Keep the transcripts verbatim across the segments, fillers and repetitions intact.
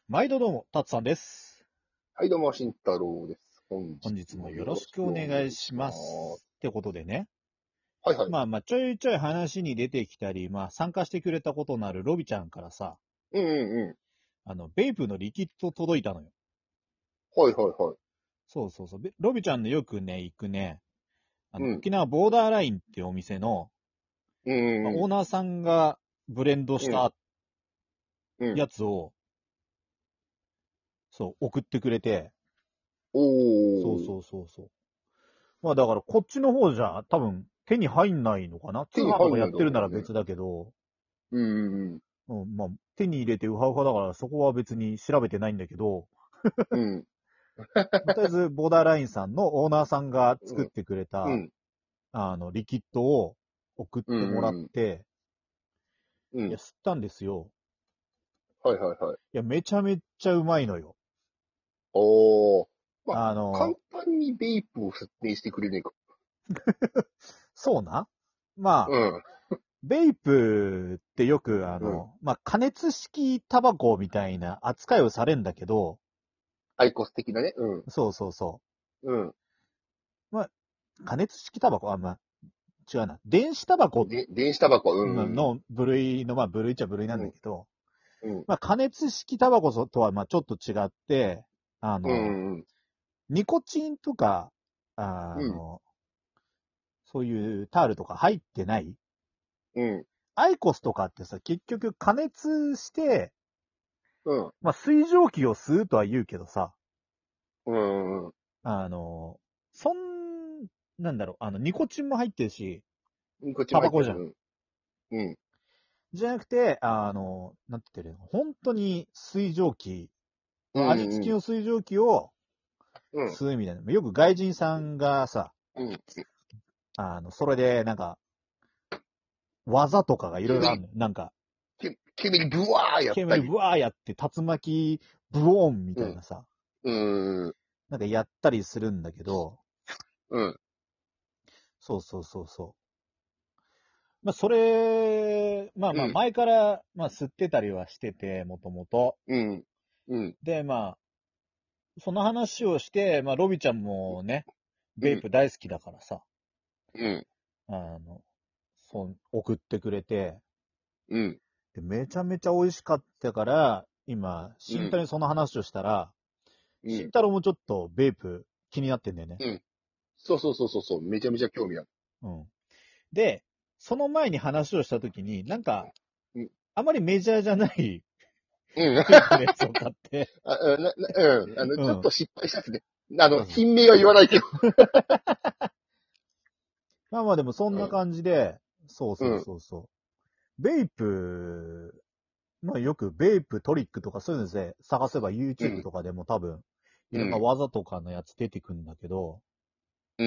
毎度どうも、たつさんです。 はい、どうも、慎太郎です。本本日日ももよろしよろしくおくお願願いしまいします。 す。 ってことでね。 はいはい。 まあまあ、ちょいちょい話に出てきたり、まあ参加してくれたことのあるロビちゃんからさ、 うんうんうん。 あの、ベイプのリキッド届いたのよ。 はいはいはい。 そうそうそう。べロビちゃんのよくね、行くね、あの、 うん。 沖縄ボーダーラインっていうお店の、 うんまあ、 うんオーナーさんがブレンドしうん。 たうん。 やつを、そう、送ってくれて、 おー。 そうそうそうそう。まあだからこっちの方じゃ多分手に入んないのかな。通手に販と入んないだかやってるなろうね。 ら別だけど、 うんうんうん、まあ、手に入れてウハウハだからそこは別に調べてないんだけど、 うん。うん。 まあとりあえずボーダーラインさんのオーナーさんが作っうん。 てくれた、 うん。 あの、リキッドを送っうてもらっん。 て、いや、 うん。 吸ったんですよ。 はいはいはい。 いや、めちゃめちゃうまいのよ。 おー。まあ、 あ簡の、 単にベイプを説明してくれねえか。 そうな。まあ、 うん。 ベイプってよく、あうん。 の、まあ、加熱式タバコみたいな扱いをされんだけど、 アイコス的なね。うん。 そうそうそうん。 う。まあ、加熱式タバコ、あ、まあ、違うな。電子タバコで、電子タバコ。うん。 の部類の、まあ、部類っちゃ部類なんうん。 だけど、 うん。 まあ、加熱式タバコとは、まあ、ちょっと違って、あうの、 ん。 ニコチンとか、あうん。 の、そういうタールとか入ってないうん。 アイコスとかってさ、結局加熱して、 うん。 まあ、水蒸気を吸うとは言うけどさ、 うん。うん。 あの、そん、なんだろう、あの、ニコチンも入ってるし、 こっちも入ってる。 タバコじゃん。 うん。うん。 じゃなくて、あの、なんて言ってるの、本当に水蒸気、 うん。 味付きうん。 の水蒸気をうん。 吸うみたいな。よく外人さんがさ、 うん。 あの、それで、なんか、技とかがいろいろある煙、 のよ。なんか、 け煙ブワーやったり。 煙ブワーやって、竜巻ブオーンみうん。 たいなさ、 うん。 なんかやったりするんだけど、 うん。 そうそうそうそう。まあ、それ、まあまあ、 うん。 前から、まあ、吸ってたりはしてて、もともと。 うん。うん。 で、まあ、その話をして、まあ、ロビちゃんもね、ベイうん。 プ大好きだからさ、 うん。 あの、そう、送ってくれて、 うん。 で、めちゃめちゃ美味しかったから、今、慎太うん。 郎にその話をしたら、慎うん。 太郎もちょっとベイプ気になってんだよね。 うん。そうそうそうそうそう。めちゃめちゃ興味ある。 うん。で、その前に話をしたときに、なんか、 うん。 あまりメジャーじゃないうん。 ベイプのやつを買って、 あ、あな、な、うん。あの、 うん。 ちょっと失敗したやつね。あの、 そうそう。 品名は言わないけど。 まあまあでもそんなうん。 感じで、そうそううん。 そうそう。ベイプ、まあよくベイプトリックとかそういうので探せばう YouTube ん。 とかでも多分、いろんなうん。 技とかのやつ出てくるんだけど、 うん。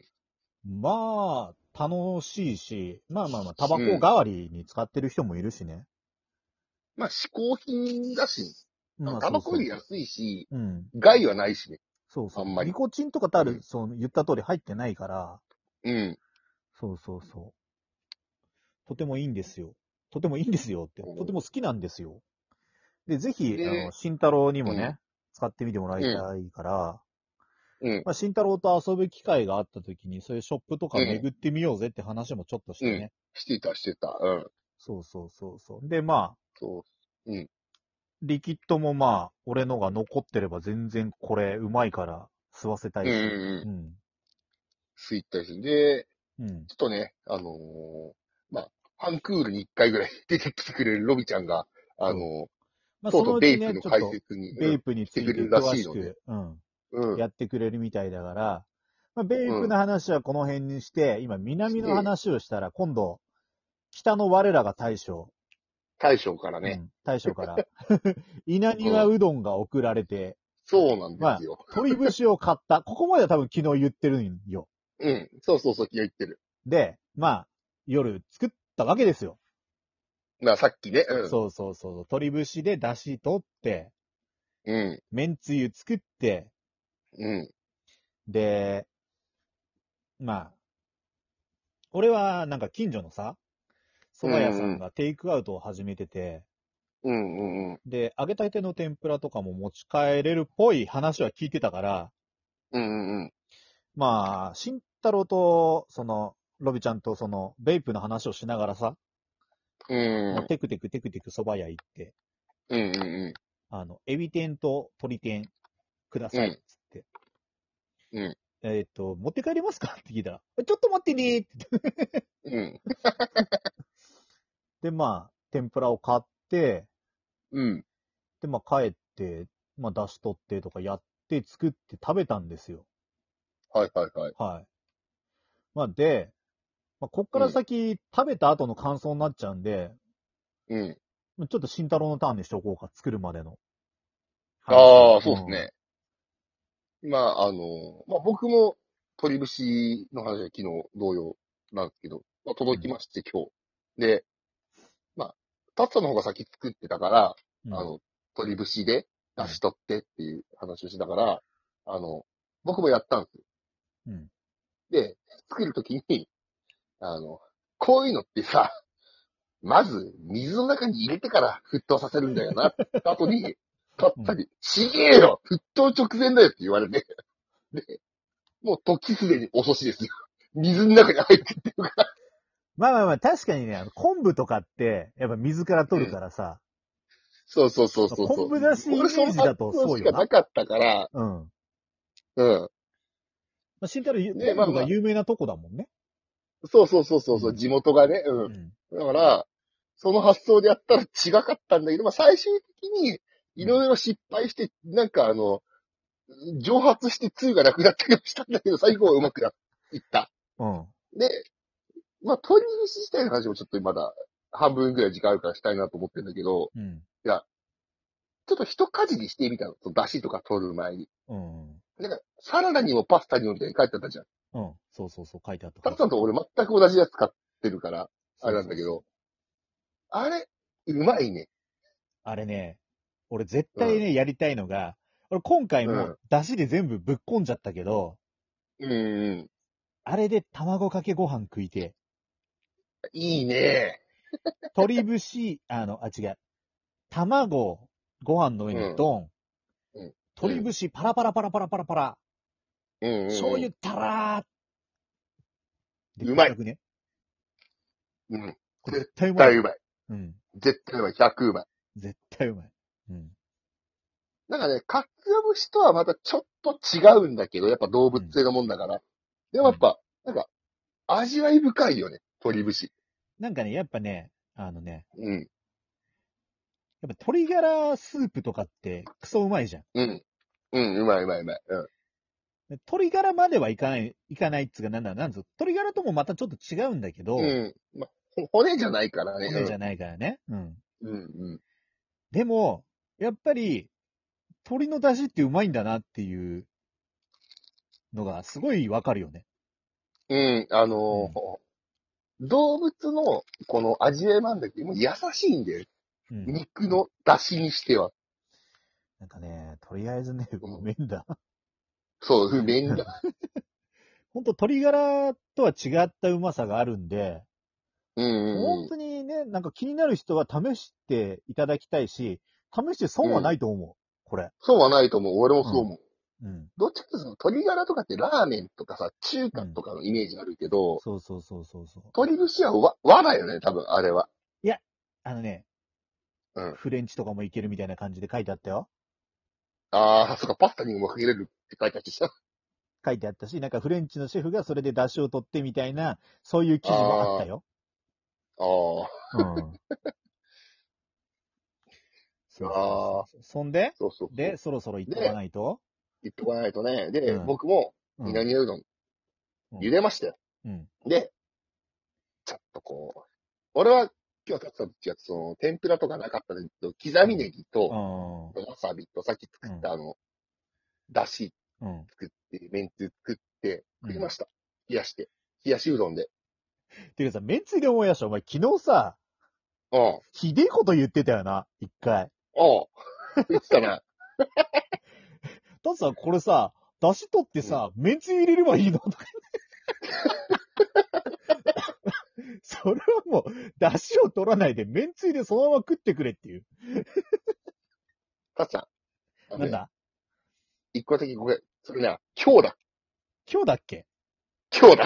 まあ、楽しいし、まあまあまあ、タバうん。 コ代わりに使ってる人もいるしね。 まあ、嗜好品だし、あのまあタバそうそコより安いし、 う。うん。 害はないしね。 そうそう。 あんまり。 ニコチンとかタル、 うん。 そう言った通り入ってないから、 うん。 そうそうそう。とてもいいんですよ。とてもいいんですよって。とても好きなんですよ。で、ぜひ、あの、 で、 慎太郎にうん。 もね、使ってみてもらいうん。 たいから、 うん。 まあ、慎太郎と遊ぶ機会があった時に、そういうショップとかうん。 巡ってみようぜって話もちょっとしうん。 てね。 してた、してた。うん。 そうそうそうそう。で、まあ、 そう。うん。 リキッドもまあ、俺のが残ってれば全然これうまいから吸わせたうん。 いし。 うん。 うん。 スイッターです。で、 うん。 ちょっとね、あのーまあ、ファンクールに一回ぐらい出てきてくれるロビちゃんが、あのそう。 ーまあ、そとうとうのうちね、 ベイプのちょっと、 解説に、うん、 ベイプに来てくれるらついて詳しいので、 しく、うん、 うん。 やってくれるみたいだから、まあ、ベイうん。 プの話はこの辺にして、今、南のして、 話をしたら、今度、北の我らが大将、 大将からね、 うん、大将から、稲うん。 庭うどんが送られて、 そうなんでまあ、 すよ。 鶏節を買った。ここまでは多分昨日言ってるんよ。 うん。そうそうそう、気が言ってる。 で、まあ、夜作ったわけですよ。 まあ、さっきね、うん。 そうそうそう。鶏節で出汁取って、 うん。 めんつゆ作って、 うん。 で、まあ、俺はなんか近所のさ、蕎う麦屋さんん。 がテイクアウトを始めてて、 うんうんうん。 で、揚げたての天ぷらとかも持ち帰れるっぽい話は聞いてたから、 うんうんうん。 まあ、慎太郎と、その、ロビちゃんとその、ベイプの話をしながらさ、 う。 もうんテクテクテクテク蕎麦屋行って、 うんうんうあの、エビ天と鶏天くだん。うさいっつん。 って、 うん。 えっと、持って帰れますかって聞いたら、ちょっと待ってねーって言って。 うん。 で、まあ、天ぷらを買って、 うん。 で、まあ帰って、まあ出し取ってとかやって作って食べたんですよ。 はいはいはい。 はい。まあで、まあ、こっからうん。 先食べた後の感想になっちゃうんで、 うん。 まあちょっと慎太郎のターンにしておこうか、作るまでの話を。 ああ、そうですうん。 ね。まあ、あの、まあ僕も鳥節の話は昨日同様なんですけど、まあ届きうん。 まして今日。で、まあ、タッツァの方が先作ってたから、 うん。 あの、鳥節でうん。 出し取ってっていう話をしてたから、あの、僕もやったんですよ。 うん。 で、作るときに、あの、こういうのってさ、まず、水の中に入れてから沸騰させるんだよな。後に、たったに、ちげえよ沸騰直前だよって言われて。で、もう時すでに遅しですよ。水の中に入ってってるから。 まあまあまあ、確かにね、あの昆布とかって、やっぱ水から取るうん。 からさ、 そうそうそうそうそう。 昆布だしイ俺その発メージだと想しそうよな。 かなかったから、 うん。 うん。 まあ、慎太郎、 で、 昆布がまあまあ、 有名なとこだもんね。 そうそうそうそうそう、 うん。 地元がね、うん。 うん。 だから、その発想でやったら違かったんだけど、まあ最終的に、いうん。 ろいろ失敗して、なんかあの、蒸発してつゆがなくなったりもしたんだけど、最後はうまくいった。 うん。 で、まあ、鶏飯自体の話もちょっとまだ半分ぐらい時間あるからしたいなと思ってるんだけど、 うん。 いや、ちょっと一かじりしてみたの。その出汁とか取る前に。 うん。 なんか、サラダにもパスタにもみたいに書いてあったじゃん。 うん。そうそうそう、書いてあった、 タ書いてあった。 ツさんと俺全く同じやつ買ってるから、あそうれなんだけど、 そうそう。 あれ、うまいね。 あれね、俺絶うん。 対ね、やりたいのが、俺今回もうん。 出汁で全部ぶっこんじゃったけど、 うんうん。 あれで卵かけご飯食いて、 いいね。 鶏節、あの、あ、違う。卵、ご飯の上うん。 にドン。 うん。うん。 鶏節パラパラパラパラパラパラ。 うんうんうん。 醤油たらーでうまい。 食いたくね。 うん。 これ絶絶対うまいよ。 対うまい。 うん。 絶対うまい。ひゃくうまい。 絶対うまい。うん。 なんかね、かつお節とはまたちょっと違うんだけど、やっぱ動うん。 物性のもんだから。でもうん。 やっぱ、なんか、味わい深いよね、鶏節。 なんかね、やっぱね、あのね、 うん、 やっぱ鶏ガラスープとかってクソうまいじゃん。 うん、うん、うまいうまいうまい。うん。 鶏ガラまではいかない、いかないっつうか、なんだ、なんつう、鶏ガラともまたちょっと違うんだけど、 うん。ま、ほ骨じゃないからね。 骨じゃないからね。うん。 うん。うん、うん。 でも、やっぱり、鶏の出汁ってうまいんだなっていうのがすごいわかるよね。 うん、あのうん。 ー動物のこの味わいなんだけど、もう優しいんだよ。 うん。 肉の出汁にしては。 なんかね、とりあえずね、ううん、 めえんだ。 そう、麺だ。 ほんと鶏ガラとは違ったうまさがあるんで、 うん、うん、 本当にね、なんか気になる人は試していただきたいし、試して損はなうん。 いと思う。これ。 そうはないと思う。俺もうん。 そう思う。 うん。 どっちかというとその鶏ガラとかってラーメンとかさ、中うん。 華とかのイメージあるけど、 そうそうそうそうそう。 鶏節は和、和だよね、多分、あれは。 いや、あのね、 うん。 フレンチとかもいけるみたいな感じで書いてあったよ。 ああ、そっか、パスタにもかけれるって書いてあってさ。 書いてあったし、なんかフレンチのシェフがそれで出汁を取ってみたいな、そういう記事もあったあよ。 あ、あうん。 あ、 そうそうそああ、 うそう。そんで、 そうそうそで、そろそろ行っう。 とかで、 ないと。 言っとかないとね。で、 うん。 僕も、 うん。 稲庭うどん、 うん。 茹でましたよ。 うん。 で、ちょっとこう、俺は今日買った時は、その、天ぷらとかなかったんだけど、刻みネギと、 うん。 わさびと、さっきうん。 作ったあの、だしうん。 作って、めんつゆ作って、 うん。 食いました。冷やして。冷やしうどんで。 てかさ、めんつゆで思い出した。お前昨日さ、 うん。 ひでえこと言ってたよな。一回。 ああ、言ってたな。 だってさ、これさ、出汁取ってうん。 さ、めんつゆ入れればいいのとか。 それはもう、出汁を取らないで、めんつゆでそのまま食ってくれっていう。 たっちゃん。あのねなんだ一個だけごめん。それな、今日だ。 今日だっけ今日だ。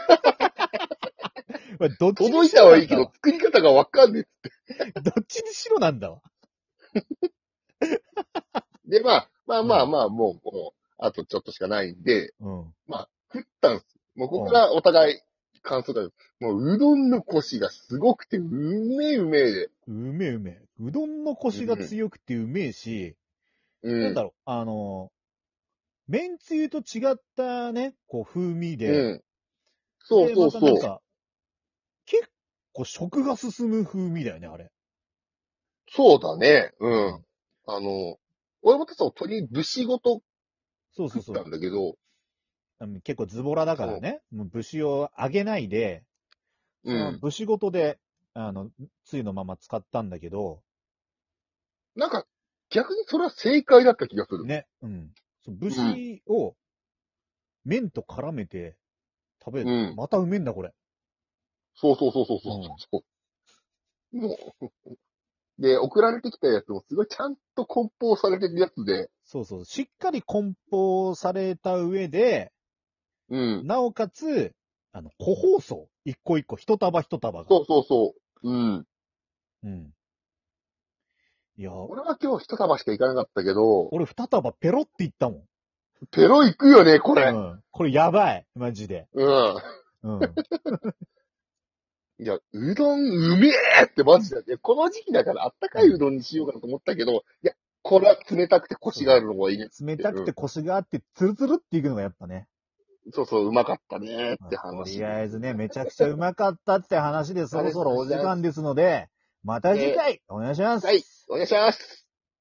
まあどっちに届いしろなんだわたはいいけど、作り方がわかんねどっちにしろなんだわ。 え。で、まあ、まあまあうんまあ、もう、もう、あとちょっとしかないんで、 うん。 まあ、食ったんす。もうここからお互い感想だよ。もう、うどんのコシがすごくて、うめえうめえで。 うめえうめえ。うどんのコシが強くてうめえし、 うん。 なんだろう、あの、めんつゆと違ったね、こう風味で、 うん。そうで、 そうそう。 またなんか、結構食が進む風味だよね、あれ。 そうだね。ううんん。あの、俺もたさ、鶏節ごと食ったそうそうそんだけど、 う。うん結構ズボラだからね、もう節を揚げないで、そのうん。 節ごとで、あの、つゆのまま使ったんだけど、 なんか、逆にそれは正解だった気がする。 ね、うん。そう節を麺と絡めて食べる。 うんまたうめえんだ、これ。 そうそうそうそうそうそう。もう、で、送られてきたやつもすごいちゃんと梱包されてるやつで、 そうそう。しっかり梱包された上で、 うん。 なおかつ、あの、個包装。一個一個、一束一束が。 そうそうそう。うん。 うん。いや、 俺は今日一束しか行かなかったけど、 俺二束ペロっていったもん。 ペロ行くよね、これ。 うん。これやばい。マジで。 うん。 うん。 いや、うどんうめえってマジだね。この時期だからあったかいうどんにしようかなと思ったけど、いや、これは冷たくてコシがあるのがいいね。 冷たくてコシがあって、ツルツルっていくのがやっぱね。 そうそう、うまかったねってまあと話。 りあえずね、めちゃくちゃうまかったって話でそろそろお時間ですので、また次回お願いします。 はい、お願いします。